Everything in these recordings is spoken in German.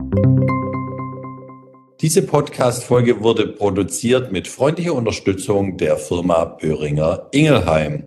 Diese Podcast-Folge wurde produziert mit freundlicher Unterstützung der Firma Boehringer Ingelheim.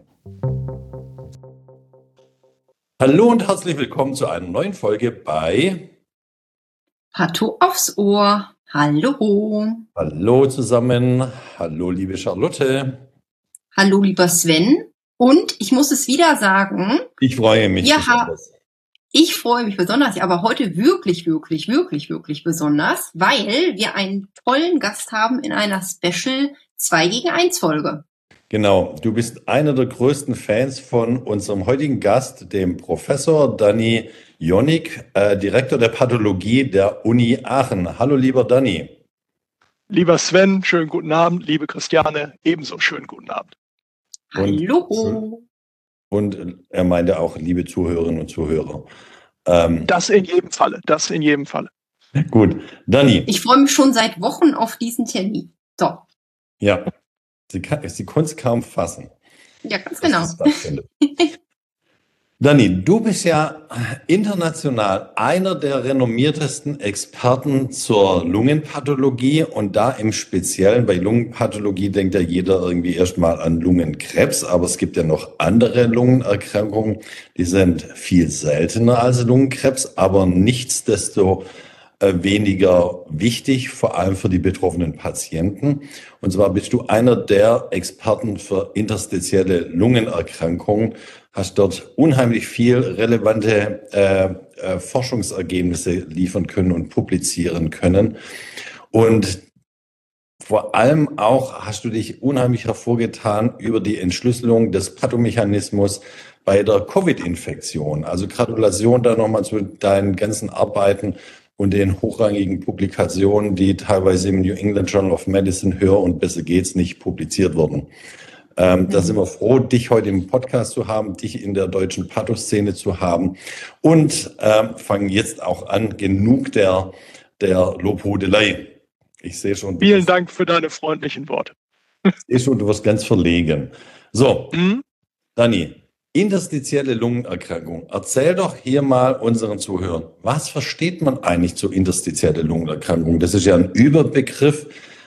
Hallo und herzlich willkommen zu einer neuen Folge bei Pato aufs Ohr. Hallo. Hallo zusammen. Hallo liebe Charlotte. Hallo lieber Sven. Und ich muss es wieder sagen. Ich freue mich besonders. Ich freue mich besonders, aber heute wirklich besonders, weil wir einen tollen Gast haben in einer Special 2 gegen 1 Folge. Genau, du bist einer der größten Fans von unserem heutigen Gast, dem Professor Danny Jonnig, Direktor der Pathologie der Uni Aachen. Hallo lieber Danny. Lieber Sven, schönen guten Abend. Liebe Christiane, ebenso schönen guten Abend. Hallo. Und er meinte auch, liebe Zuhörerinnen und Zuhörer. Das in jedem Falle. Gut, Danny. Ich freue mich schon seit Wochen auf diesen Termin. So. Ja, sie konnte es kaum fassen. Ja, ganz genau. Danny, du bist ja international einer der renommiertesten Experten zur Lungenpathologie und da im Speziellen bei Lungenpathologie denkt ja jeder irgendwie erstmal an Lungenkrebs, aber es gibt ja noch andere Lungenerkrankungen, die sind viel seltener als Lungenkrebs, aber nichtsdestotrotz weniger wichtig, vor allem für die betroffenen Patienten. Und zwar bist du einer der Experten für interstitielle Lungenerkrankungen, hast dort unheimlich viel relevante Forschungsergebnisse liefern können und publizieren können. Und vor allem auch hast du dich unheimlich hervorgetan über die Entschlüsselung des Pathomechanismus bei der Covid-Infektion. Also Gratulation da nochmal zu deinen ganzen Arbeiten und den hochrangigen Publikationen, die teilweise im New England Journal of Medicine höher und besser geht's nicht publiziert wurden. Da sind wir froh, dich heute im Podcast zu haben, dich in der deutschen Pathoszene zu haben und fangen jetzt auch an, genug der Lobhudelei. Ich sehe schon. Vielen Dank für deine freundlichen Worte. Ich sehe schon, du wirst ganz verlegen. So, Danny, interstitielle Lungenerkrankung. Erzähl doch hier mal unseren Zuhörern, was versteht man eigentlich zur interstitielle Lungenerkrankung? Das ist ja ein Überbegriff.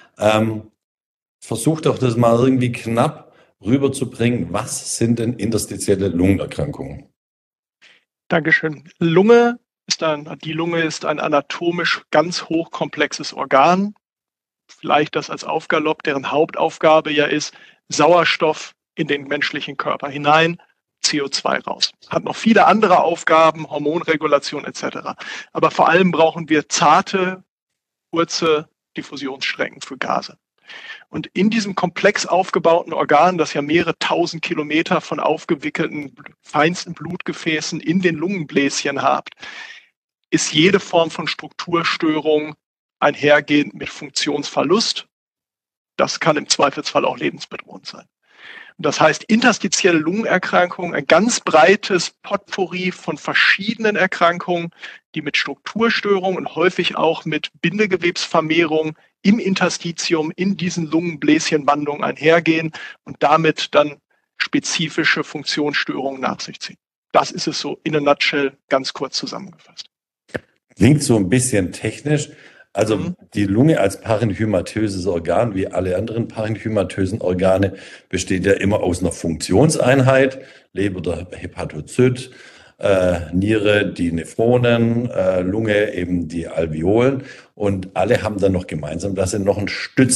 Versuch doch das mal irgendwie knapp rüberzubringen. Was sind denn interstitielle Lungenerkrankungen? Dankeschön. Die Lunge ist ein anatomisch ganz hochkomplexes Organ. Vielleicht das als Aufgalopp, deren Hauptaufgabe ja ist, Sauerstoff in den menschlichen Körper hinein, CO2 raus. Hat noch viele andere Aufgaben, Hormonregulation etc. Aber vor allem brauchen wir zarte, kurze Diffusionsstrecken für Gase. Und in diesem komplex aufgebauten Organ, das ja mehrere tausend Kilometer von aufgewickelten, feinsten Blutgefäßen in den Lungenbläschen hat, ist jede Form von Strukturstörung einhergehend mit Funktionsverlust. Das kann im Zweifelsfall auch lebensbedrohend sein. Das heißt, interstitielle Lungenerkrankungen, ein ganz breites Potpourri von verschiedenen Erkrankungen, die mit Strukturstörungen und häufig auch mit Bindegewebsvermehrung im Interstitium, in diesen Lungenbläschenwandungen einhergehen und damit dann spezifische Funktionsstörungen nach sich ziehen. Das ist es so in a nutshell ganz kurz zusammengefasst. Klingt so ein bisschen technisch. Also die Lunge als parenchymatöses Organ, wie alle anderen parenchymatösen Organe, besteht ja immer aus einer Funktionseinheit, Leber der Hepatozyt, Niere die Nephronen, Lunge eben die Alveolen und alle haben dann noch gemeinsam, dass sie noch ein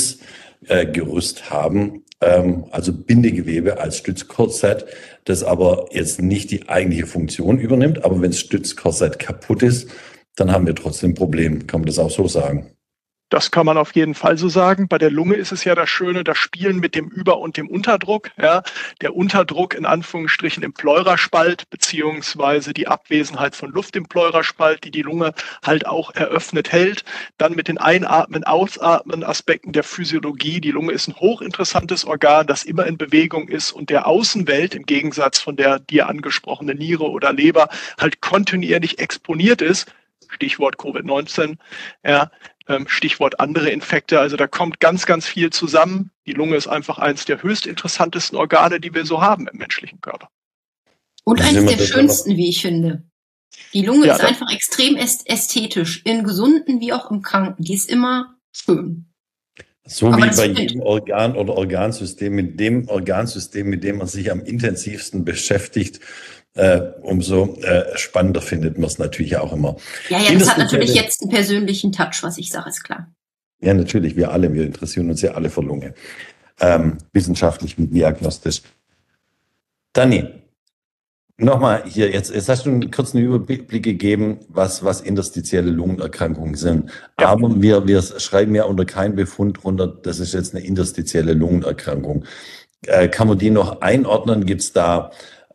Stützgerüst haben, also Bindegewebe als Stützkorsett, das aber jetzt nicht die eigentliche Funktion übernimmt, aber wenn das Stützkorsett kaputt ist, dann haben wir trotzdem ein Problem. Kann man das auch so sagen? Das kann man auf jeden Fall so sagen. Bei der Lunge ist es ja das Schöne, das Spielen mit dem Über- und dem Unterdruck. Ja. Der Unterdruck in Anführungsstrichen im Pleuraspalt, beziehungsweise die Abwesenheit von Luft im Pleuraspalt, die die Lunge halt auch eröffnet hält. Dann mit den Einatmen, Ausatmen Aspekten der Physiologie. Die Lunge ist ein hochinteressantes Organ, das immer in Bewegung ist und der Außenwelt im Gegensatz von der dir angesprochenen Niere oder Leber halt kontinuierlich exponiert ist. Stichwort Covid-19, ja, Stichwort andere Infekte. Also da kommt ganz, ganz viel zusammen. Die Lunge ist einfach eines der höchst interessantesten Organe, die wir so haben im menschlichen Körper. Und eines der schönsten, wie ich finde. Die Lunge ist einfach extrem ästhetisch, in Gesunden wie auch im Kranken. Die ist immer schön. So aber wie bei jedem Organ oder Organsystem, mit dem man sich am intensivsten beschäftigt, umso spannender findet man es natürlich auch immer. Ja, das hat natürlich jetzt einen persönlichen Touch, was ich sage, ist klar. Ja, natürlich, wir interessieren uns ja alle für Lunge. Wissenschaftlich und diagnostisch. Dani, nochmal hier, jetzt hast du einen kurzen Überblick gegeben, was interstitielle Lungenerkrankungen sind. Ja. Aber wir schreiben ja unter keinen Befund runter, das ist jetzt eine interstitielle Lungenerkrankung. Kann man die noch einordnen? Gibt es da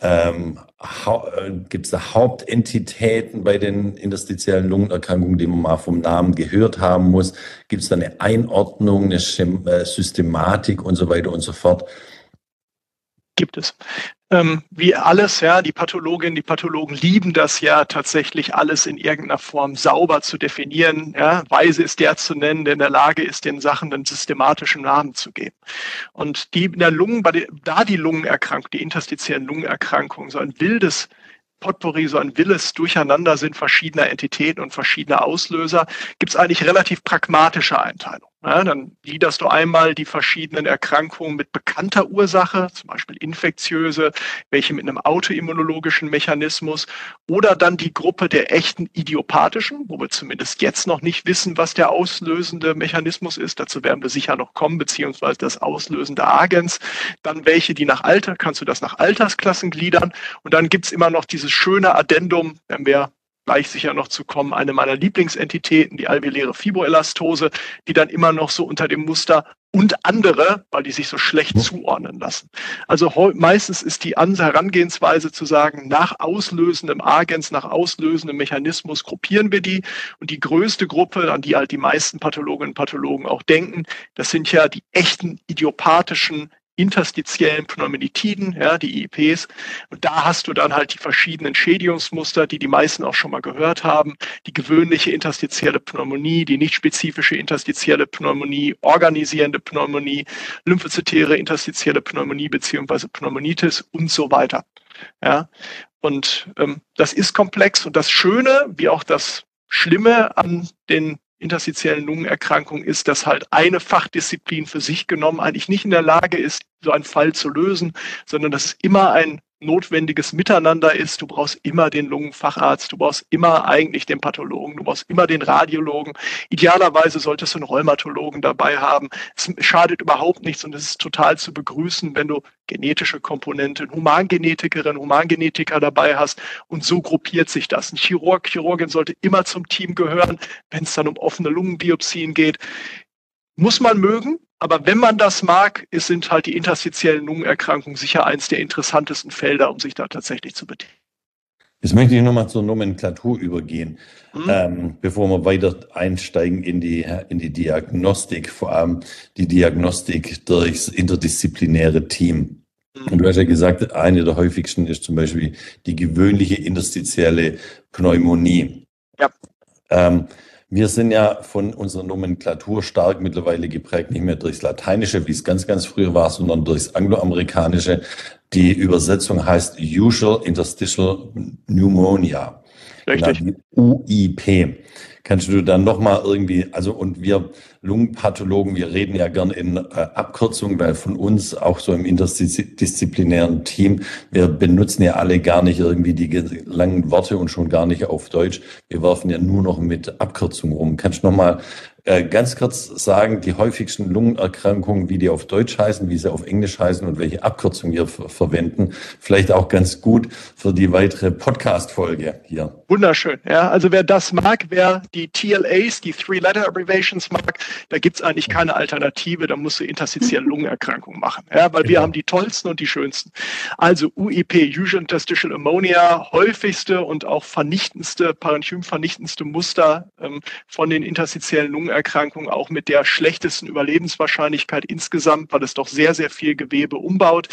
Hauptentitäten bei den interstitiellen Lungenerkrankungen, die man mal vom Namen gehört haben muss? Gibt es da eine Einordnung, eine Systematik und so weiter und so fort? Gibt es. Wie alles, ja, die Pathologinnen, die Pathologen lieben das ja tatsächlich alles in irgendeiner Form sauber zu definieren. Ja. Weise ist der zu nennen, der in der Lage ist, den Sachen einen systematischen Namen zu geben. Und die in der die Lungenerkrankung, die interstitiellen Lungenerkrankungen, so ein wildes Potpourri, so ein wildes Durcheinander sind verschiedener Entitäten und verschiedener Auslöser, gibt es eigentlich relativ pragmatische Einteilungen. Ja, dann gliederst du einmal die verschiedenen Erkrankungen mit bekannter Ursache, zum Beispiel infektiöse, welche mit einem autoimmunologischen Mechanismus, oder dann die Gruppe der echten idiopathischen, wo wir zumindest jetzt noch nicht wissen, was der auslösende Mechanismus ist. Dazu werden wir sicher noch kommen, beziehungsweise das auslösende Agens. Dann welche, die kannst du das nach Altersklassen gliedern. Und dann gibt es immer noch dieses schöne Addendum, wenn wir gleich sicher noch zu kommen, eine meiner Lieblingsentitäten, die alveoläre Fibroelastose, die dann immer noch so unter dem Muster und andere, weil die sich so schlecht zuordnen lassen. Also meistens ist die Herangehensweise zu sagen, nach auslösendem Agens, nach auslösendem Mechanismus gruppieren wir die. Und die größte Gruppe, an die halt die meisten Pathologinnen und Pathologen auch denken, das sind ja die echten idiopathischen interstitiellen Pneumonitiden, ja, die IEPs. Und da hast du dann halt die verschiedenen Schädigungsmuster, die meisten auch schon mal gehört haben. Die gewöhnliche interstitielle Pneumonie, die nicht spezifische interstitielle Pneumonie, organisierende Pneumonie, lymphozytäre interstitielle Pneumonie beziehungsweise Pneumonitis und so weiter. Ja. Und das ist komplex. Und das Schöne, wie auch das Schlimme an den interstitiellen Lungenerkrankung ist, dass halt eine Fachdisziplin für sich genommen eigentlich nicht in der Lage ist, so einen Fall zu lösen, sondern dass es immer ein notwendiges Miteinander ist. Du brauchst immer den Lungenfacharzt, du brauchst immer eigentlich den Pathologen, du brauchst immer den Radiologen. Idealerweise solltest du einen Rheumatologen dabei haben. Es schadet überhaupt nichts und es ist total zu begrüßen, wenn du genetische Komponenten, Humangenetikerinnen, Humangenetiker dabei hast und so gruppiert sich das. Ein Chirurgin sollte immer zum Team gehören, wenn es dann um offene Lungenbiopsien geht. Muss man mögen, aber wenn man das mag, sind halt die interstitiellen Lungenerkrankungen sicher eins der interessantesten Felder, um sich da tatsächlich zu betätigen. Jetzt möchte ich nochmal zur Nomenklatur übergehen, bevor wir weiter einsteigen in die Diagnostik, vor allem die Diagnostik durchs interdisziplinäre Team. Und du hast ja gesagt, eine der häufigsten ist zum Beispiel die gewöhnliche interstitielle Pneumonie. Ja. Wir sind ja von unserer Nomenklatur stark mittlerweile geprägt, nicht mehr durchs Lateinische, wie es ganz, ganz früher war, sondern durchs Angloamerikanische. Die Übersetzung heißt Usual Interstitial Pneumonia. Richtig. UIP. Kannst du dann nochmal irgendwie, also und wir Lungenpathologen, wir reden ja gern in Abkürzungen, weil von uns auch so im interdisziplinären Team, wir benutzen ja alle gar nicht irgendwie die langen Worte und schon gar nicht auf Deutsch. Wir werfen ja nur noch mit Abkürzungen rum. Kannst du nochmal ganz kurz sagen, die häufigsten Lungenerkrankungen, wie die auf Deutsch heißen, wie sie auf Englisch heißen und welche Abkürzungen wir verwenden? Vielleicht auch ganz gut für die weitere Podcast-Folge hier. Wunderschön. Ja, also wer das mag, wer die TLAs, die Three-Letter-Abbreviations mag, da gibt's eigentlich keine Alternative, da musst du interstitielle Lungenerkrankungen machen, ja, weil wir haben die tollsten und die schönsten. Also UIP, Usual Interstitial Pneumonia, häufigste und auch parenchymvernichtendste Muster von den interstitiellen Lungenerkrankungen, auch mit der schlechtesten Überlebenswahrscheinlichkeit insgesamt, weil es doch sehr, sehr viel Gewebe umbaut.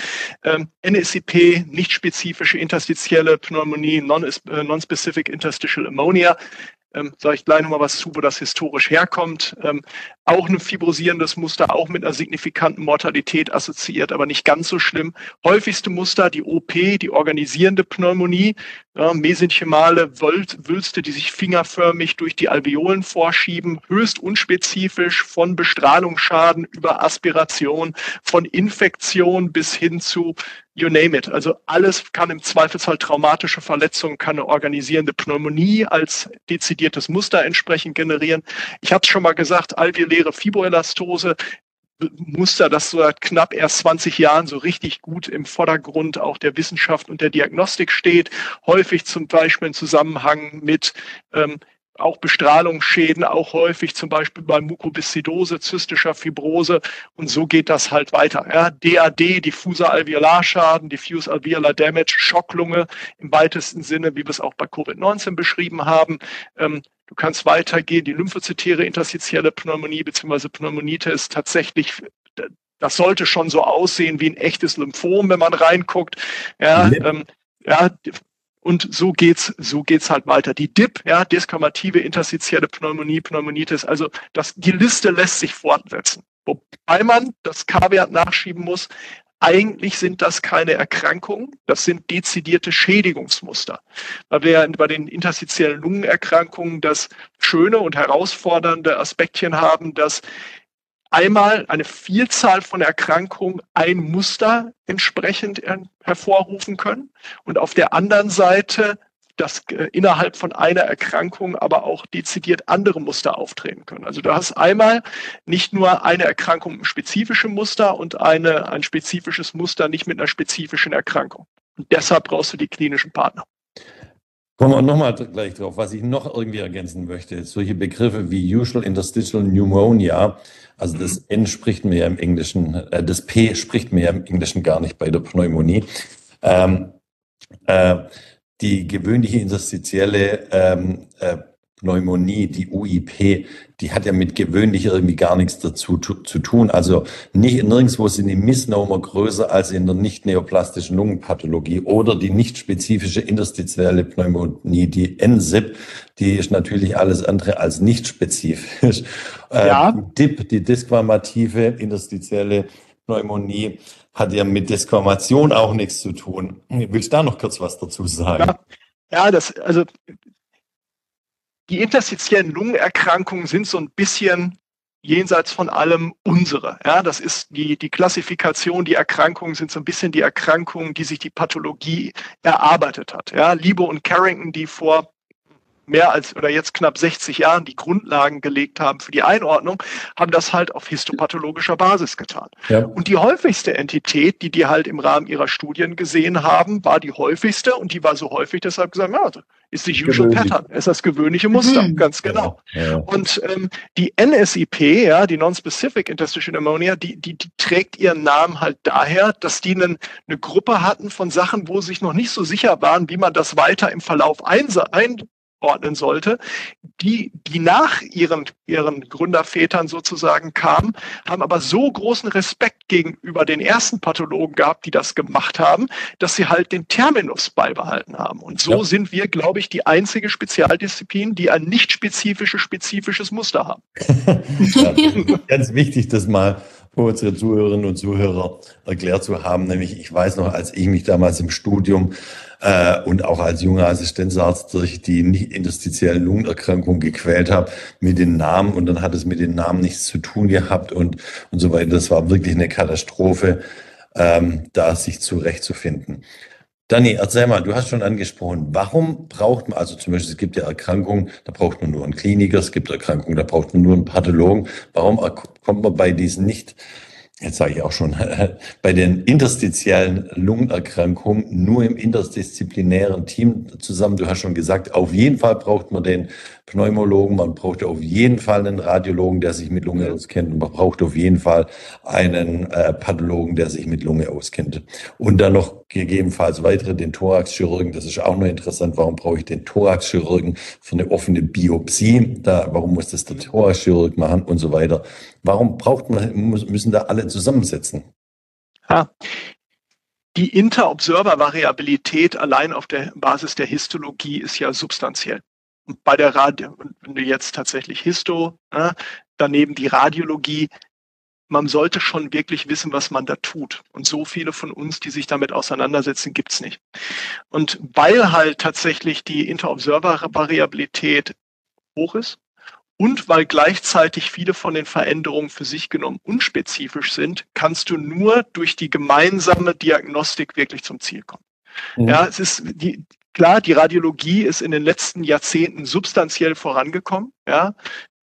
NSIP, nicht spezifische interstitielle Pneumonie, Non-Specific Interstitial Pneumonia. Sage ich gleich nochmal was zu, wo das historisch herkommt. Auch ein fibrosierendes Muster, auch mit einer signifikanten Mortalität assoziiert, aber nicht ganz so schlimm. Häufigste Muster, die OP, die organisierende Pneumonie, mesenchymale Wülste, die sich fingerförmig durch die Alveolen vorschieben, höchst unspezifisch, von Bestrahlungsschaden über Aspiration, von Infektion bis hin zu you name it. Also alles kann im Zweifelsfall traumatische Verletzungen, kann eine organisierende Pneumonie als dezidiertes Muster entsprechend generieren. Ich habe es schon mal gesagt, alveoläre Fibroelastose, Muster, das so seit knapp erst 20 Jahren so richtig gut im Vordergrund auch der Wissenschaft und der Diagnostik steht. Häufig zum Beispiel im Zusammenhang mit auch Bestrahlungsschäden, auch häufig zum Beispiel bei Mukoviszidose, zystischer Fibrose, und so geht das halt weiter. Ja, DAD, diffuser Alveolarschaden, diffuse alveolar damage, Schocklunge im weitesten Sinne, wie wir es auch bei Covid-19 beschrieben haben. Du kannst weitergehen, die lymphozytäre interstitielle Pneumonie bzw. Pneumonitis tatsächlich, das sollte schon so aussehen wie ein echtes Lymphom, wenn man reinguckt. Ja, und so geht's halt weiter. Die DIP, ja, desquamative interstitielle Pneumonie, Pneumonitis, also die Liste lässt sich fortsetzen. Wobei man das K-Wert nachschieben muss, eigentlich sind das keine Erkrankungen, das sind dezidierte Schädigungsmuster. Weil wir bei den interstitiellen Lungenerkrankungen das schöne und herausfordernde Aspektchen haben, dass einmal eine Vielzahl von Erkrankungen ein Muster entsprechend hervorrufen können und auf der anderen Seite, dass innerhalb von einer Erkrankung aber auch dezidiert andere Muster auftreten können. Also du hast einmal nicht nur eine Erkrankung mit spezifischem Muster und ein spezifisches Muster nicht mit einer spezifischen Erkrankung. Und deshalb brauchst du die klinischen Partner. Kommen wir nochmal gleich drauf. Was ich noch irgendwie ergänzen möchte, solche Begriffe wie Usual Interstitial Pneumonia, also das N spricht mir ja im Englischen, das P spricht mir ja im Englischen gar nicht bei der Pneumonie. Die gewöhnliche interstitielle Pneumonie, die UIP, die hat ja mit gewöhnlich irgendwie gar nichts dazu zu tun. Also nirgendwo sind die Misnomer größer als in der nicht-neoplastischen Lungenpathologie oder die nicht spezifische interstitielle Pneumonie, die NSIP, die ist natürlich alles andere als nicht spezifisch. Ja. Die DIP, die desquamative interstitielle Pneumonie, hat ja mit Desquamation auch nichts zu tun. Willst du da noch kurz was dazu sagen? Ja, die interstitiellen Lungenerkrankungen sind so ein bisschen jenseits von allem unsere. Ja, das ist die Klassifikation, die Erkrankungen sind so ein bisschen die Erkrankungen, die sich die Pathologie erarbeitet hat. Ja, Libo und Carrington, die vor mehr als oder jetzt knapp 60 Jahren die Grundlagen gelegt haben für die Einordnung, haben das halt auf histopathologischer Basis getan. Ja. Und die häufigste Entität, die halt im Rahmen ihrer Studien gesehen haben, war die häufigste, und die war so häufig, deshalb gesagt, ja, ist die Usual Pattern, ist das gewöhnliche Muster, ganz genau. Ja. Und die NSIP, ja, die Non-Specific Interstitial Pneumonia, die trägt ihren Namen halt daher, dass die eine Gruppe hatten von Sachen, wo sie sich noch nicht so sicher waren, wie man das weiter im Verlauf einordnen sollte, die nach ihren Gründervätern sozusagen kamen, haben aber so großen Respekt gegenüber den ersten Pathologen gehabt, die das gemacht haben, dass sie halt den Terminus beibehalten haben. Und so sind wir, glaube ich, die einzige Spezialdisziplin, die ein nicht spezifisches Muster haben. Ja, ganz wichtig, das mal für unsere Zuhörerinnen und Zuhörer erklärt zu haben. Nämlich, ich weiß noch, als ich mich damals im Studium und auch als junger Assistenzarzt durch die nicht interstitiellen Lungenerkrankungen gequält habe mit den Namen, und dann hat es mit den Namen nichts zu tun gehabt und so weiter. Das war wirklich eine Katastrophe, da sich zurechtzufinden. Danny, erzähl mal, du hast schon angesprochen, warum braucht man, also zum Beispiel, es gibt ja Erkrankungen, da braucht man nur einen Kliniker, es gibt Erkrankungen, da braucht man nur einen Pathologen. Warum kommt man bei diesen jetzt sage ich auch schon, bei den interstitiellen Lungenerkrankungen nur im interdisziplinären Team zusammen? Du hast schon gesagt, auf jeden Fall braucht man den Pneumologen, man braucht auf jeden Fall einen Radiologen, der sich mit Lunge auskennt, und man braucht auf jeden Fall einen Pathologen, der sich mit Lunge auskennt. Und dann noch gegebenenfalls weitere, den Thoraxchirurgen. Das ist auch noch interessant. Warum brauche ich den Thoraxchirurgen für eine offene Biopsie? Warum muss das der Thoraxchirurg machen und so weiter? Warum müssen da alle zusammensetzen? Ja. Die Inter-Observer-Variabilität allein auf der Basis der Histologie ist ja substanziell. Und bei der wenn du jetzt tatsächlich Histo, daneben die Radiologie, man sollte schon wirklich wissen, was man da tut. Und so viele von uns, die sich damit auseinandersetzen, gibt's nicht. Und weil halt tatsächlich die Inter-Observer-Variabilität hoch ist und weil gleichzeitig viele von den Veränderungen für sich genommen unspezifisch sind, kannst du nur durch die gemeinsame Diagnostik wirklich zum Ziel kommen. Mhm. Ja, es ist klar, die Radiologie ist in den letzten Jahrzehnten substanziell vorangekommen. Ja,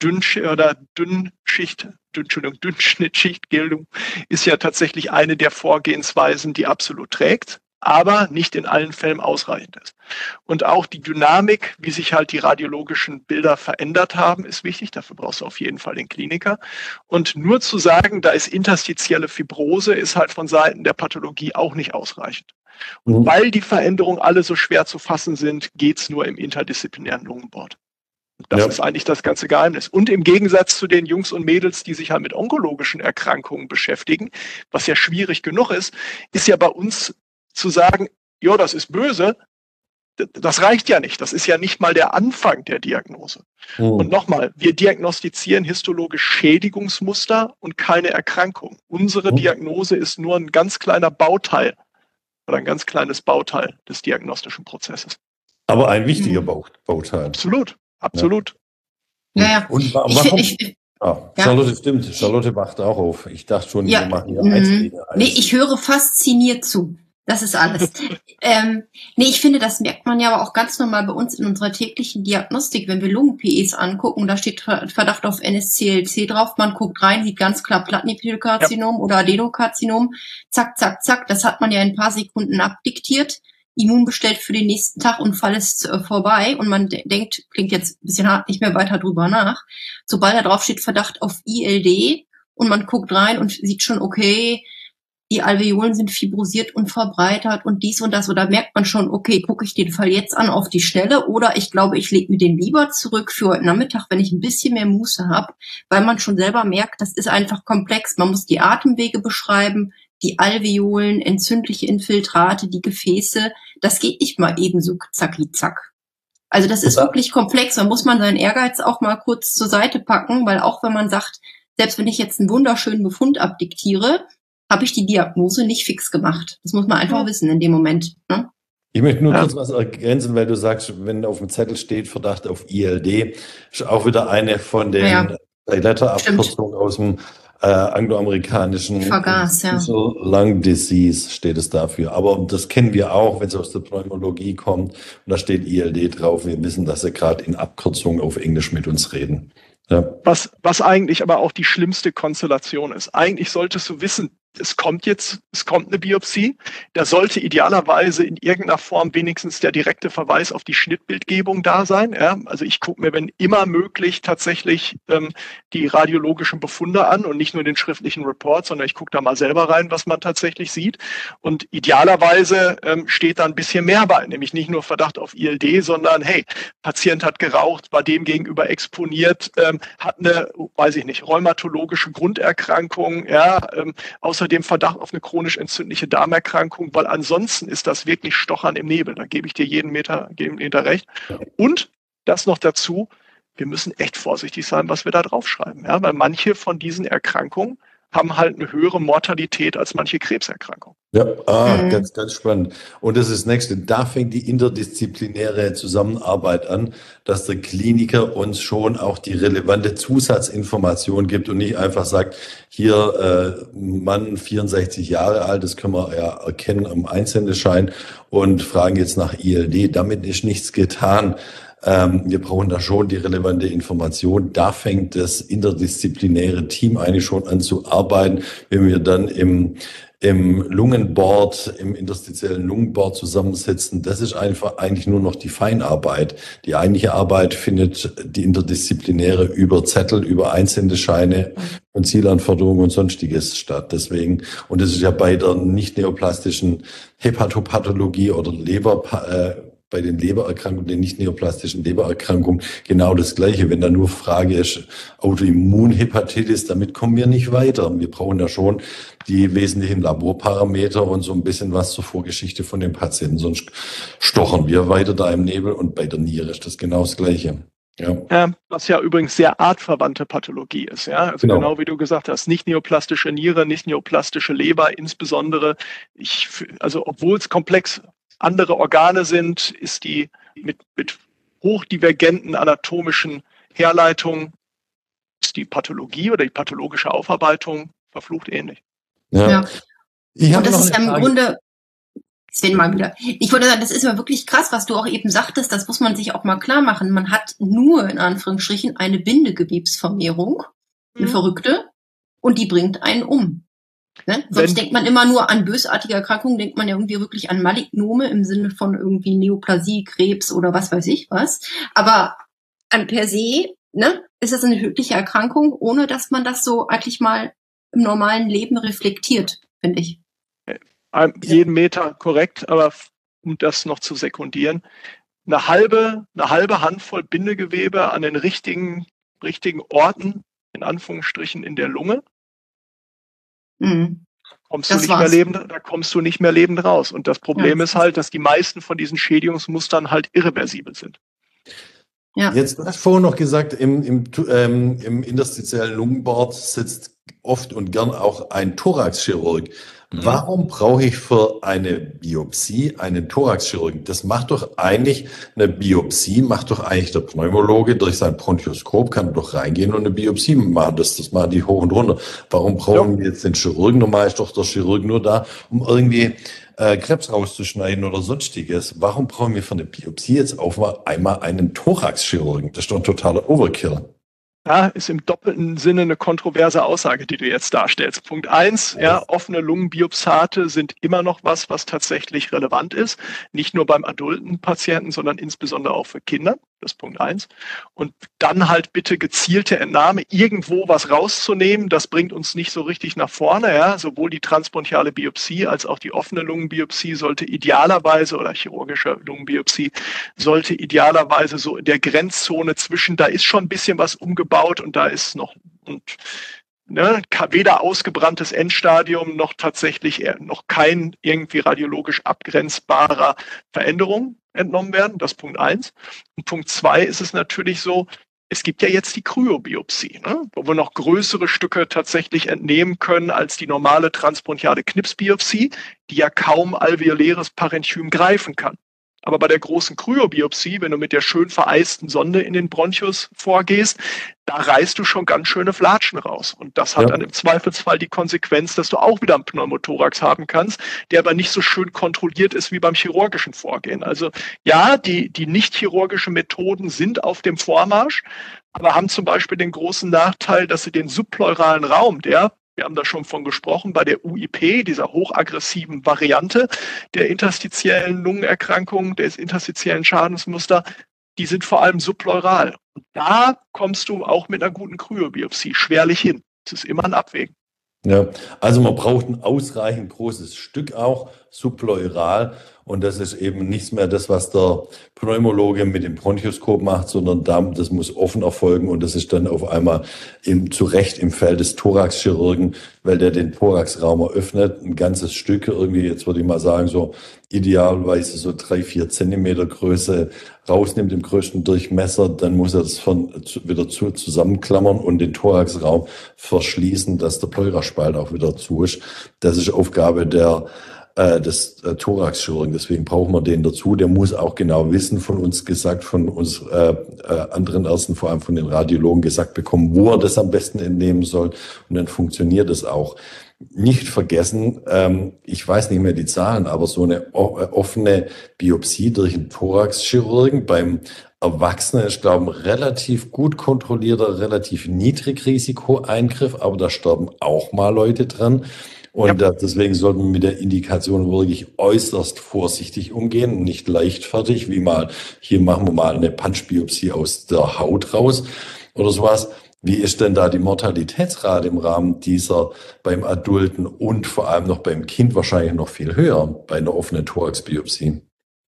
Dünnschnittschichtbildung ist ja tatsächlich eine der Vorgehensweisen, die absolut trägt, aber nicht in allen Fällen ausreichend ist. Und auch die Dynamik, wie sich halt die radiologischen Bilder verändert haben, ist wichtig. Dafür brauchst du auf jeden Fall den Kliniker. Und nur zu sagen, da ist interstitielle Fibrose, ist halt von Seiten der Pathologie auch nicht ausreichend. Und weil die Veränderungen alle so schwer zu fassen sind, geht's nur im interdisziplinären Lungenboard. Das ist eigentlich das ganze Geheimnis. Und im Gegensatz zu den Jungs und Mädels, die sich halt mit onkologischen Erkrankungen beschäftigen, was ja schwierig genug ist ja bei uns zu sagen, ja, das ist böse, das reicht ja nicht. Das ist ja nicht mal der Anfang der Diagnose. Und nochmal, wir diagnostizieren histologisch Schädigungsmuster und keine Erkrankung. Unsere Diagnose ist nur ein ganz kleiner Bauteil oder ein ganz kleines Bauteil des diagnostischen Prozesses. Aber ein wichtiger Bauteil. Absolut. Absolut. Ja. Und warum? Charlotte, stimmt. Charlotte wacht auch auf. Ich dachte schon, wir machen hier Einzelne. Nee, ich höre fasziniert zu. Das ist alles. Ich finde, das merkt man ja aber auch ganz normal bei uns in unserer täglichen Diagnostik, wenn wir Lungen-PEs angucken, da steht Verdacht auf NSCLC drauf, man guckt rein, sieht ganz klar Plattenepithelkarzinom oder Adenokarzinom, zack, zack, zack, das hat man ja in ein paar Sekunden abdiktiert, Immun bestellt für den nächsten Tag und Fall ist vorbei und man denkt, klingt jetzt ein bisschen hart, nicht mehr weiter drüber nach. Sobald da drauf steht Verdacht auf ILD und man guckt rein und sieht schon, okay, die Alveolen sind fibrosiert und verbreitert und dies und das, oder merkt man schon, okay, gucke ich den Fall jetzt an auf die Schnelle oder ich glaube, ich lege mir den lieber zurück für heute Nachmittag, wenn ich ein bisschen mehr Muße habe, weil man schon selber merkt, das ist einfach komplex. Man muss die Atemwege beschreiben, die Alveolen, entzündliche Infiltrate, die Gefäße, das geht nicht mal eben so zacki zack. Also das ist wirklich komplex, da muss man seinen Ehrgeiz auch mal kurz zur Seite packen, weil auch wenn man sagt, selbst wenn ich jetzt einen wunderschönen Befund abdiktiere, habe ich die Diagnose nicht fix gemacht. Das muss man einfach wissen in dem Moment. Ne? Ich möchte nur kurz was ergänzen, weil du sagst, wenn auf dem Zettel steht Verdacht auf ILD, ist auch wieder eine von den Letterabkürzungen aus dem angloamerikanischen Lung Disease steht es dafür. Aber das kennen wir auch, wenn es aus der Pneumologie kommt und da steht ILD drauf. Wir wissen, dass sie gerade in Abkürzungen auf Englisch mit uns reden. Ja. Was eigentlich aber auch die schlimmste Konstellation ist. Eigentlich solltest du wissen, es kommt eine Biopsie, da sollte idealerweise in irgendeiner Form wenigstens der direkte Verweis auf die Schnittbildgebung da sein. Ja? Also ich gucke mir, wenn immer möglich, tatsächlich die radiologischen Befunde an und nicht nur den schriftlichen Report, sondern ich gucke da mal selber rein, was man tatsächlich sieht. Und idealerweise steht da ein bisschen mehr bei, nämlich nicht nur Verdacht auf ILD, sondern hey, Patient hat geraucht, war dem gegenüber exponiert, hat eine, weiß ich nicht, rheumatologische Grunderkrankung, außerdem Verdacht auf eine chronisch entzündliche Darmerkrankung, weil ansonsten ist das wirklich Stochern im Nebel. Da gebe ich dir jeden Meter recht. Und das noch dazu, wir müssen echt vorsichtig sein, was wir da draufschreiben. Ja? Weil manche von diesen Erkrankungen haben halt eine höhere Mortalität als manche Krebserkrankungen. Ja, ganz, ganz spannend. Und das ist das Nächste. Da fängt die interdisziplinäre Zusammenarbeit an, dass der Kliniker uns schon auch die relevante Zusatzinformation gibt und nicht einfach sagt, hier Mann 64 Jahre alt, das können wir ja erkennen am Einsendeschein und fragen jetzt nach ILD. Damit ist nichts getan. Wir brauchen da schon die relevante Information. Da fängt das interdisziplinäre Team eigentlich schon an zu arbeiten, wenn wir dann im Lungenboard, im interstitiellen Lungenboard zusammensitzen. Das ist einfach eigentlich nur noch die Feinarbeit. Die eigentliche Arbeit findet die interdisziplinäre über Zettel, über Einsendescheine und Zielanforderungen und Sonstiges statt. Deswegen, und das ist ja bei der nicht neoplastischen Hepatopathologie oder bei den Lebererkrankungen, den nicht neoplastischen Lebererkrankungen genau das Gleiche. Wenn da nur Frage ist, Autoimmunhepatitis, damit kommen wir nicht weiter. Wir brauchen da schon die wesentlichen Laborparameter und so ein bisschen was zur Vorgeschichte von den Patienten. Sonst stochern wir weiter da im Nebel und bei der Niere ist das genau das Gleiche. Ja. Was ja übrigens sehr artverwandte Pathologie ist. Ja? Also genau wie du gesagt hast, nicht neoplastische Niere, nicht neoplastische Leber, insbesondere, also obwohl es komplex andere Organe sind, ist die mit hochdivergenten anatomischen Herleitungen, ist die Pathologie oder die pathologische Aufarbeitung verflucht ähnlich. Ja. Und das ist ja im Grunde, Sven mal wieder. Ich wollte sagen, das ist ja wirklich krass, was du auch eben sagtest, das muss man sich auch mal klar machen. Man hat nur in Anführungsstrichen eine Bindegewebsvermehrung, eine verrückte, und die bringt einen um. Ne? Sonst denkt man immer nur an bösartige Erkrankungen, denkt man ja irgendwie wirklich an Malignome im Sinne von irgendwie Neoplasie, Krebs oder was weiß ich was. Aber an per se, ne, ist das eine tödliche Erkrankung, ohne dass man das so eigentlich mal im normalen Leben reflektiert, finde ich. Jeden Meter korrekt, aber um das noch zu sekundieren, eine halbe Handvoll Bindegewebe an den richtigen Orten, in Anführungsstrichen, in der Lunge, da kommst du nicht mehr lebend raus. Und das Problem ist halt, dass die meisten von diesen Schädigungsmustern halt irreversibel sind. Ja. Jetzt hast du vorhin noch gesagt, im interstitiellen Lungenbord sitzt oft und gern auch ein Thoraxchirurg. Warum brauche ich für eine Biopsie einen Thoraxchirurgen? Das macht doch eigentlich eine Biopsie, macht doch eigentlich der Pneumologe durch sein Bronchoskop, kann doch reingehen und eine Biopsie machen. Das machen die hoch und runter. Warum brauchen wir jetzt den Chirurgen? Normal ist doch der Chirurg nur da, um irgendwie Krebs rauszuschneiden oder sonstiges. Warum brauchen wir für eine Biopsie jetzt auf einmal einen Thoraxchirurgen? Das ist doch ein totaler Overkill. Ja, ist im doppelten Sinne eine kontroverse Aussage, die du jetzt darstellst. Punkt 1, ja, offene Lungenbiopsate sind immer noch was tatsächlich relevant ist. Nicht nur beim adulten Patienten, sondern insbesondere auch für Kinder. Das ist Punkt 1. Und dann halt bitte gezielte Entnahme, irgendwo was rauszunehmen. Das bringt uns nicht so richtig nach vorne. Ja. Sowohl die transbronchiale Biopsie als auch die offene Lungenbiopsie sollte idealerweise, oder chirurgische Lungenbiopsie, sollte idealerweise so in der Grenzzone zwischen, da ist schon ein bisschen was umgebaut und da ist noch, weder ausgebranntes Endstadium noch tatsächlich noch kein irgendwie radiologisch abgrenzbarer Veränderung entnommen werden. Das ist Punkt 1. Und Punkt 2 ist es natürlich so, es gibt ja jetzt die Kryobiopsie, wo wir noch größere Stücke tatsächlich entnehmen können als die normale transbronchiale Knipsbiopsie, die ja kaum alveoläres Parenchym greifen kann. Aber bei der großen Kryobiopsie, wenn du mit der schön vereisten Sonde in den Bronchus vorgehst, da reißt du schon ganz schöne Flatschen raus. Und das hat dann im Zweifelsfall die Konsequenz, dass du auch wieder einen Pneumothorax haben kannst, der aber nicht so schön kontrolliert ist wie beim chirurgischen Vorgehen. Also ja, die nicht chirurgischen Methoden sind auf dem Vormarsch, aber haben zum Beispiel den großen Nachteil, dass sie den subpleuralen Raum, wir haben da schon von gesprochen, bei der UIP, dieser hochaggressiven Variante der interstitiellen Lungenerkrankung, des interstitiellen Schadensmuster, die sind vor allem subpleural. Und da kommst du auch mit einer guten Kryobiopsie schwerlich hin. Es ist immer ein Abwägen. Ja, also man braucht ein ausreichend großes Stück auch, subpleural. Und das ist eben nichts mehr das, was der Pneumologe mit dem Bronchoskop macht, sondern das muss offen erfolgen. Und das ist dann auf einmal zu Recht im Feld des Thoraxchirurgen, weil der den Thoraxraum eröffnet, ein ganzes Stück irgendwie, jetzt würde ich mal sagen, so idealerweise so 3-4 Zentimeter Größe rausnimmt im größten Durchmesser. Dann muss er das wieder zusammenklammern und den Thoraxraum verschließen, dass der Pleuraspalt auch wieder zu ist. Das ist Aufgabe des Thoraxchirurgen. Deswegen brauchen wir den dazu. Der muss auch genau wissen, von uns gesagt, von uns anderen Ärzten, vor allem von den Radiologen gesagt bekommen, wo er das am besten entnehmen soll. Und dann funktioniert es auch. Nicht vergessen, ich weiß nicht mehr die Zahlen, aber so eine offene Biopsie durch einen Thoraxchirurgen beim Erwachsenen ist, glaube ich, ein relativ gut kontrollierter, relativ Niedrigrisiko-Eingriff, aber da sterben auch mal Leute dran. Und deswegen sollten wir mit der Indikation wirklich äußerst vorsichtig umgehen und nicht leichtfertig, wie hier machen wir mal eine Punchbiopsie aus der Haut raus oder sowas. Wie ist denn da die Mortalitätsrate im Rahmen dieser beim Adulten und vor allem noch beim Kind wahrscheinlich noch viel höher bei einer offenen Thoraxbiopsie?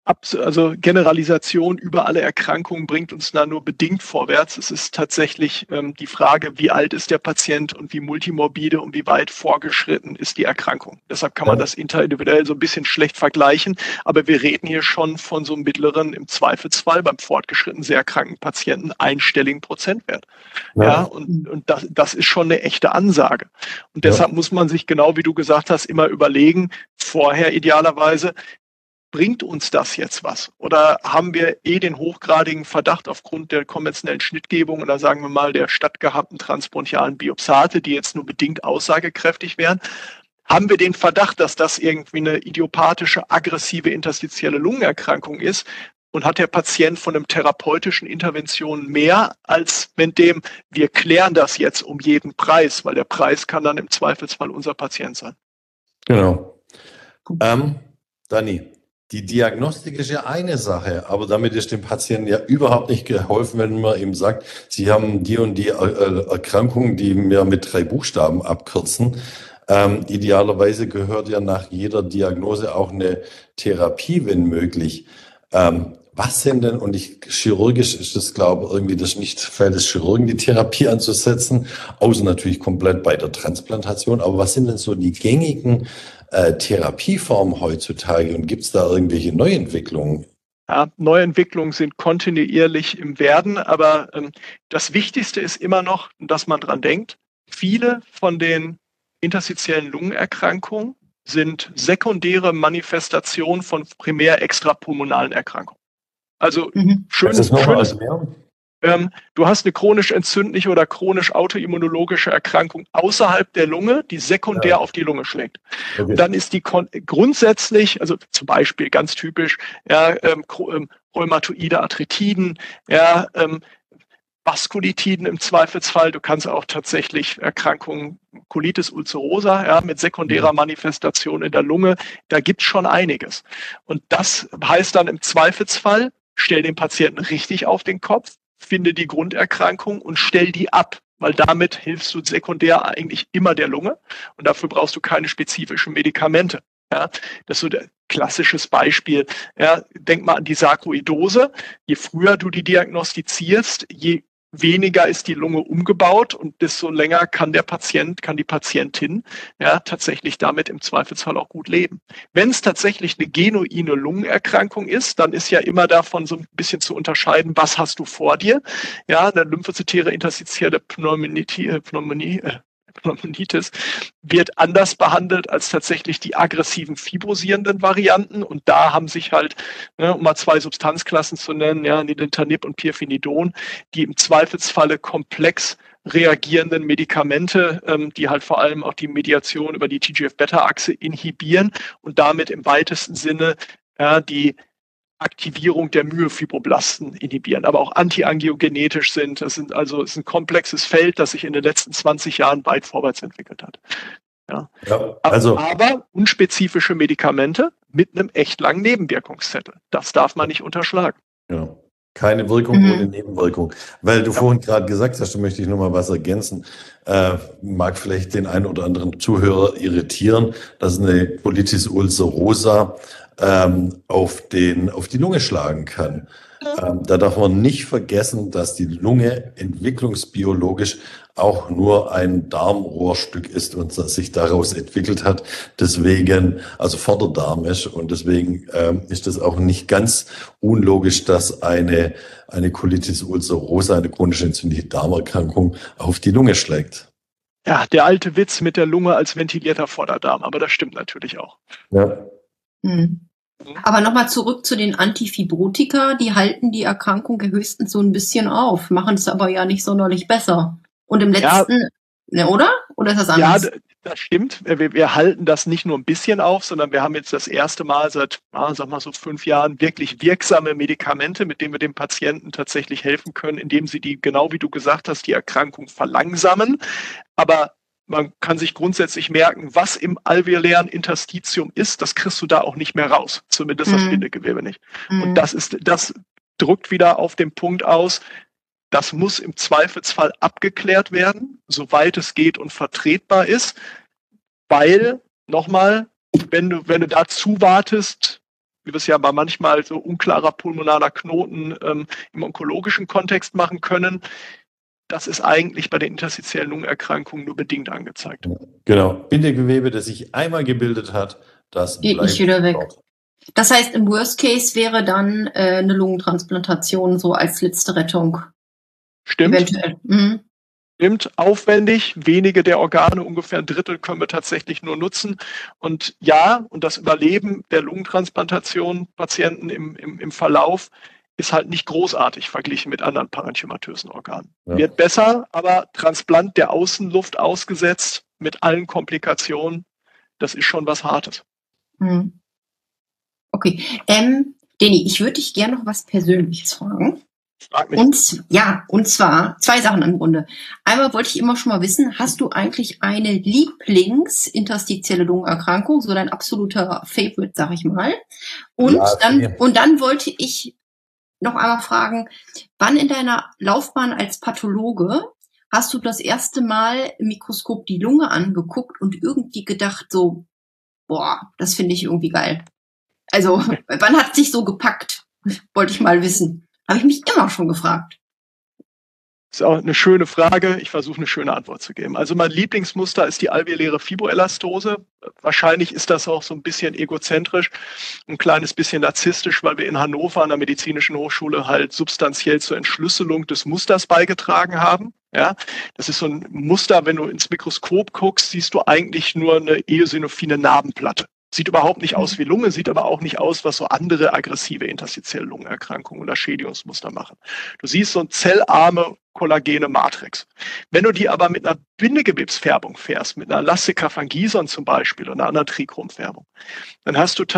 Also Generalisation über alle Erkrankungen bringt uns da nur bedingt vorwärts. Es ist tatsächlich die Frage, wie alt ist der Patient und wie multimorbide und wie weit fortgeschritten ist die Erkrankung. Deshalb kann man das interindividuell so ein bisschen schlecht vergleichen. Aber wir reden hier schon von so einem mittleren, im Zweifelsfall beim fortgeschritten sehr kranken Patienten einstelligen Prozentwert. Ja, und das ist schon eine echte Ansage. Und deshalb muss man sich, genau wie du gesagt hast, immer überlegen, vorher idealerweise, bringt uns das jetzt was? Oder haben wir den hochgradigen Verdacht aufgrund der konventionellen Schnittgebung oder sagen wir mal der stattgehabten transbronchialen Biopsate, die jetzt nur bedingt aussagekräftig wären? Haben wir den Verdacht, dass das irgendwie eine idiopathische, aggressive interstitielle Lungenerkrankung ist? Und hat der Patient von einem therapeutischen Intervention mehr, als mit dem, wir klären das jetzt um jeden Preis, weil der Preis kann dann im Zweifelsfall unser Patient sein. Genau. Dani, die Diagnostik ist ja eine Sache, aber damit ist dem Patienten ja überhaupt nicht geholfen, wenn man ihm sagt, Sie haben die und die Erkrankung, die wir mit 3 Buchstaben abkürzen. Idealerweise gehört ja nach jeder Diagnose auch eine Therapie, wenn möglich. Was sind denn, und chirurgisch ist das, glaube ich, irgendwie das Nicht-Feld des Chirurgen, die Therapie anzusetzen, außer natürlich komplett bei der Transplantation, aber was sind denn so die gängigen Therapieformen heutzutage und gibt es da irgendwelche Neuentwicklungen? Ja, Neuentwicklungen sind kontinuierlich im Werden, aber das Wichtigste ist immer noch, dass man dran denkt, viele von den interstitiellen Lungenerkrankungen sind sekundäre Manifestationen von primär extrapulmonalen Erkrankungen. Also schönes du hast eine chronisch entzündliche oder chronisch autoimmunologische Erkrankung außerhalb der Lunge, die sekundär auf die Lunge schlägt. Okay. Dann ist die grundsätzlich, also zum Beispiel ganz typisch, rheumatoide Arthritiden, Vaskulitiden im Zweifelsfall. Du kannst auch tatsächlich Erkrankungen, Colitis ulcerosa, mit sekundärer Manifestation in der Lunge. Da gibt es schon einiges. Und das heißt dann im Zweifelsfall, stell den Patienten richtig auf den Kopf, finde die Grunderkrankung und stell die ab, weil damit hilfst du sekundär eigentlich immer der Lunge und dafür brauchst du keine spezifischen Medikamente. Ja, das ist so ein klassisches Beispiel. Ja, denk mal an die Sarkoidose. Je früher du die diagnostizierst, je weniger ist die Lunge umgebaut und desto länger kann die Patientin tatsächlich damit im Zweifelsfall auch gut leben. Wenn es tatsächlich eine genuine Lungenerkrankung ist, dann ist ja immer davon so ein bisschen zu unterscheiden, was hast du vor dir? Ja, eine lymphozytäre interstitielle Pneumonitis wird anders behandelt als tatsächlich die aggressiven fibrosierenden Varianten. Und da haben sich halt, um mal 2 Substanzklassen zu nennen, Nintedanib und Pirfenidon, die im Zweifelsfalle komplex reagierenden Medikamente, die halt vor allem auch die Mediation über die TGF-Beta-Achse inhibieren und damit im weitesten Sinne die Aktivierung der Myofibroblasten inhibieren, aber auch antiangiogenetisch sind. Es ist ein komplexes Feld, das sich in den letzten 20 Jahren weit vorwärts entwickelt hat. Aber unspezifische Medikamente mit einem echt langen Nebenwirkungszettel. Das darf man nicht unterschlagen. Ja. Keine Wirkung ohne Nebenwirkung. Weil du vorhin gerade gesagt hast, da möchte ich noch mal was ergänzen. Mag vielleicht den einen oder anderen Zuhörer irritieren, dass eine Colitis ulcerosa auf die Lunge schlagen kann. Da darf man nicht vergessen, dass die Lunge entwicklungsbiologisch auch nur ein Darmrohrstück ist und sich daraus entwickelt hat. Deswegen, also Vorderdarm ist und deswegen ist es auch nicht ganz unlogisch, dass eine Colitis ulcerosa, eine chronisch entzündliche Darmerkrankung, auf die Lunge schlägt. Ja, der alte Witz mit der Lunge als ventilierter Vorderdarm, aber das stimmt natürlich auch. Ja. Aber nochmal zurück zu den Antifibrotika, die halten die Erkrankung höchstens so ein bisschen auf, machen es aber ja nicht sonderlich besser. Und im letzten, oder? Oder ist das anders? Ja, das stimmt. Wir halten das nicht nur ein bisschen auf, sondern wir haben jetzt das erste Mal seit, sag mal so 5 Jahren wirklich wirksame Medikamente, mit denen wir dem Patienten tatsächlich helfen können, indem sie die, genau wie du gesagt hast, die Erkrankung verlangsamen. Aber man kann sich grundsätzlich merken, was im alveolären Interstitium ist, das kriegst du da auch nicht mehr raus. Zumindest das Bindegewebe nicht. Und das drückt wieder auf den Punkt aus, das muss im Zweifelsfall abgeklärt werden, soweit es geht und vertretbar ist, weil, nochmal, wenn du dazu wartest, wie wir es ja bei manchmal so unklarer pulmonaler Knoten im onkologischen Kontext machen können. Das ist eigentlich bei den interstitiellen Lungenerkrankungen nur bedingt angezeigt. Genau, Bindegewebe, das sich einmal gebildet hat, das Geht bleibt nicht wieder weg. dort. Das heißt, im Worst Case wäre dann eine Lungentransplantation so als letzte Rettung. Stimmt. Eventuell. Stimmt, aufwendig. Wenige der Organe, ungefähr 1/3, können wir tatsächlich nur nutzen. Und ja, und das Überleben der Lungentransplantation-Patienten im Verlauf ist halt nicht großartig verglichen mit anderen parenchymatösen Organen. Ja. Wird besser, aber Transplant der Außenluft ausgesetzt mit allen Komplikationen, das ist schon was Hartes. Okay. Deni, ich würde dich gerne noch was Persönliches fragen. Frag mich. Und zwar 2 Sachen im Grunde. Einmal wollte ich immer schon mal wissen, hast du eigentlich eine Lieblings-interstitielle Lungenerkrankung, so dein absoluter Favorite, sag ich mal. Und dann wollte ich noch einmal fragen, wann in deiner Laufbahn als Pathologe hast du das erste Mal im Mikroskop die Lunge angeguckt und irgendwie gedacht so, boah, das finde ich irgendwie geil. Also, wann hat es dich so gepackt? Wollte ich mal wissen. Habe ich mich immer schon gefragt. Das ist auch eine schöne Frage. Ich versuche eine schöne Antwort zu geben. Also mein Lieblingsmuster ist die alveoläre Fibroelastose. Wahrscheinlich ist das auch so ein bisschen egozentrisch, ein kleines bisschen narzisstisch, weil wir in Hannover an der Medizinischen Hochschule halt substanziell zur Entschlüsselung des Musters beigetragen haben. Ja, das ist so ein Muster, wenn du ins Mikroskop guckst, siehst du eigentlich nur eine eosinophile Narbenplatte. Sieht überhaupt nicht aus wie Lunge, sieht aber auch nicht aus, was so andere aggressive interstitielle Lungenerkrankungen oder Schädigungsmuster machen. Du siehst so eine zellarme kollagene Matrix. Wenn du die aber mit einer Bindegewebsfärbung fährst, mit einer Elastica fangison zum Beispiel oder einer anderen Trichromfärbung, dann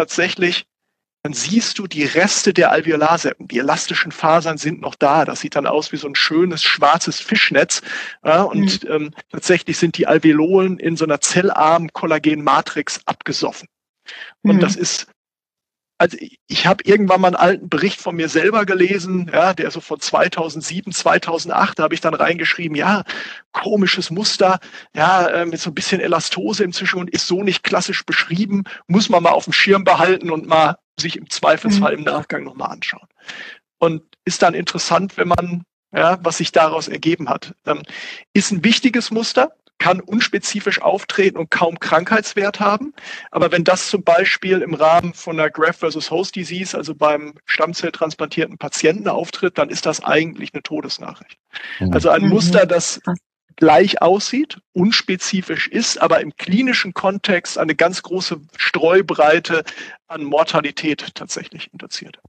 siehst du die Reste der Alveolarseppen. Die elastischen Fasern sind noch da. Das sieht dann aus wie so ein schönes schwarzes Fischnetz. Ja, und tatsächlich sind die Alveolen in so einer zellarmen Kollagenmatrix abgesoffen. Und das ist, also ich habe irgendwann mal einen alten Bericht von mir selber gelesen, ja, der so von 2007, 2008, da habe ich dann reingeschrieben, ja, komisches Muster, ja, mit so ein bisschen Elastose im Zwischengrund, ist so nicht klassisch beschrieben, muss man mal auf dem Schirm behalten und mal sich im Zweifelsfall im Nachgang nochmal anschauen. Und ist dann interessant, wenn man, ja, was sich daraus ergeben hat. Ist ein wichtiges Muster, kann unspezifisch auftreten und kaum Krankheitswert haben. Aber wenn das zum Beispiel im Rahmen von einer Graft-versus-Host-Disease, also beim stammzelltransplantierten Patienten auftritt, dann ist das eigentlich eine Todesnachricht. Also ein Muster, das gleich aussieht, unspezifisch ist, aber im klinischen Kontext eine ganz große Streubreite an Mortalität tatsächlich induziert.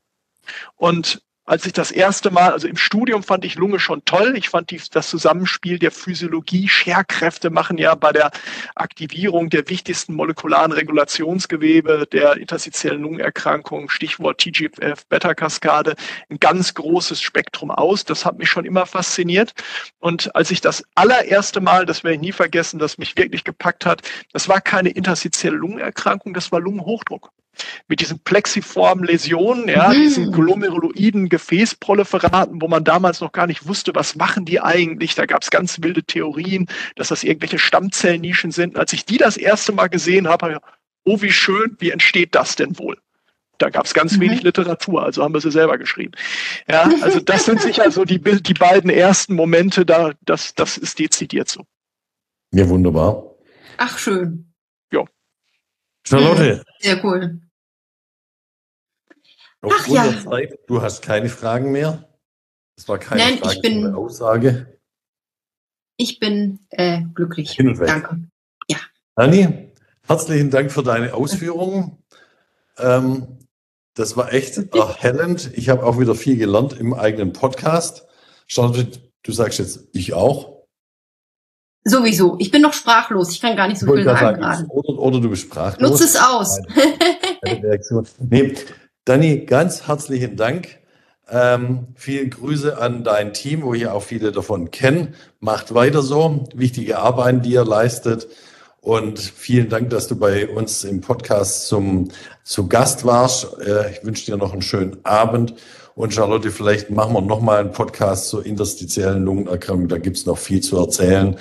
Und als ich das erste Mal, also im Studium fand ich Lunge schon toll. Ich fand das Zusammenspiel der Physiologie, Scherkräfte machen ja bei der Aktivierung der wichtigsten molekularen Regulationsgewebe der interstitiellen Lungenerkrankung, Stichwort TGF-Beta-Kaskade, ein ganz großes Spektrum aus. Das hat mich schon immer fasziniert. Und als ich das allererste Mal, das werde ich nie vergessen, das mich wirklich gepackt hat, das war keine interstitielle Lungenerkrankung, das war Lungenhochdruck. Mit diesen plexiformen Läsionen, ja, diesen glomeruloiden Gefäßproliferaten, wo man damals noch gar nicht wusste, was machen die eigentlich. Da gab es ganz wilde Theorien, dass das irgendwelche Stammzellnischen sind. Als ich die das erste Mal gesehen habe, oh, wie schön, wie entsteht das denn wohl? Da gab es ganz wenig Literatur, also haben wir sie selber geschrieben. Ja, also das sind sicher so die beiden ersten Momente, das ist dezidiert so. Ja, wunderbar. Ach, schön. Ja. Charlotte. Sehr cool. Aufgrund der Zeit, du hast keine Fragen mehr? Das war keine Frage, sondern Aussage. Ich bin glücklich. Danke. Ja. Dani, herzlichen Dank für deine Ausführungen. Das war echt erhellend. Ich habe auch wieder viel gelernt im eigenen Podcast. Charlotte, du sagst jetzt, ich auch. Sowieso. Ich bin noch sprachlos. Ich kann gar nicht so viel sagen gerade. Oder du bist sprachlos. Nutze es aus. Nee, Dani, ganz herzlichen Dank. Viele Grüße an dein Team, wo ich auch viele davon kenne. Macht weiter so. Wichtige Arbeit, die ihr leistet. Und vielen Dank, dass du bei uns im Podcast zu Gast warst. Ich wünsche dir noch einen schönen Abend. Und Charlotte, vielleicht machen wir nochmal einen Podcast zur interstitiellen Lungenerkrankung. Da gibt es noch viel zu erzählen.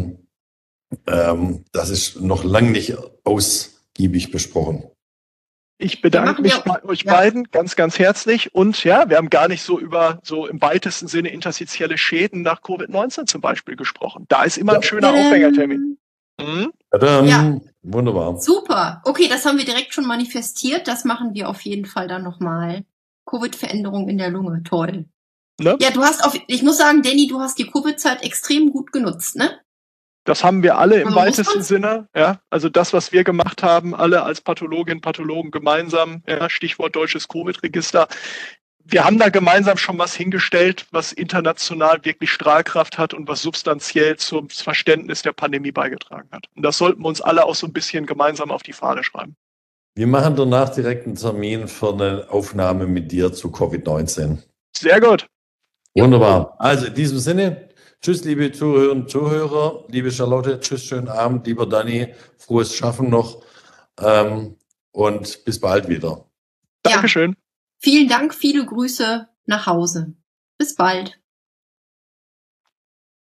Das ist noch lange nicht ausgiebig besprochen. Ich bedanke mich bei euch beiden ganz, ganz herzlich. Und ja, wir haben gar nicht so über so im weitesten Sinne interstitielle Schäden nach Covid-19 zum Beispiel gesprochen. Da ist immer ein schöner Aufhängertermin. Ja, wunderbar. Super. Okay, das haben wir direkt schon manifestiert. Das machen wir auf jeden Fall dann nochmal. Covid-Veränderung in der Lunge. Toll. Ne? Ja, ich muss sagen, Danny, du hast die Covid-Zeit extrem gut genutzt, ne? Das haben wir alle im weitesten Sinne. Ja, also das, was wir gemacht haben, alle als Pathologinnen, Pathologen gemeinsam. Ja, Stichwort deutsches Covid-Register. Wir haben da gemeinsam schon was hingestellt, was international wirklich Strahlkraft hat und was substanziell zum Verständnis der Pandemie beigetragen hat. Und das sollten wir uns alle auch so ein bisschen gemeinsam auf die Fahne schreiben. Wir machen danach direkt einen Termin für eine Aufnahme mit dir zu Covid-19. Sehr gut. Wunderbar. Also in diesem Sinne, tschüss, liebe Zuhörerinnen und Zuhörer, liebe Charlotte, tschüss, schönen Abend, lieber Dani, frohes Schaffen noch und bis bald wieder. Dankeschön. Vielen Dank, viele Grüße nach Hause. Bis bald.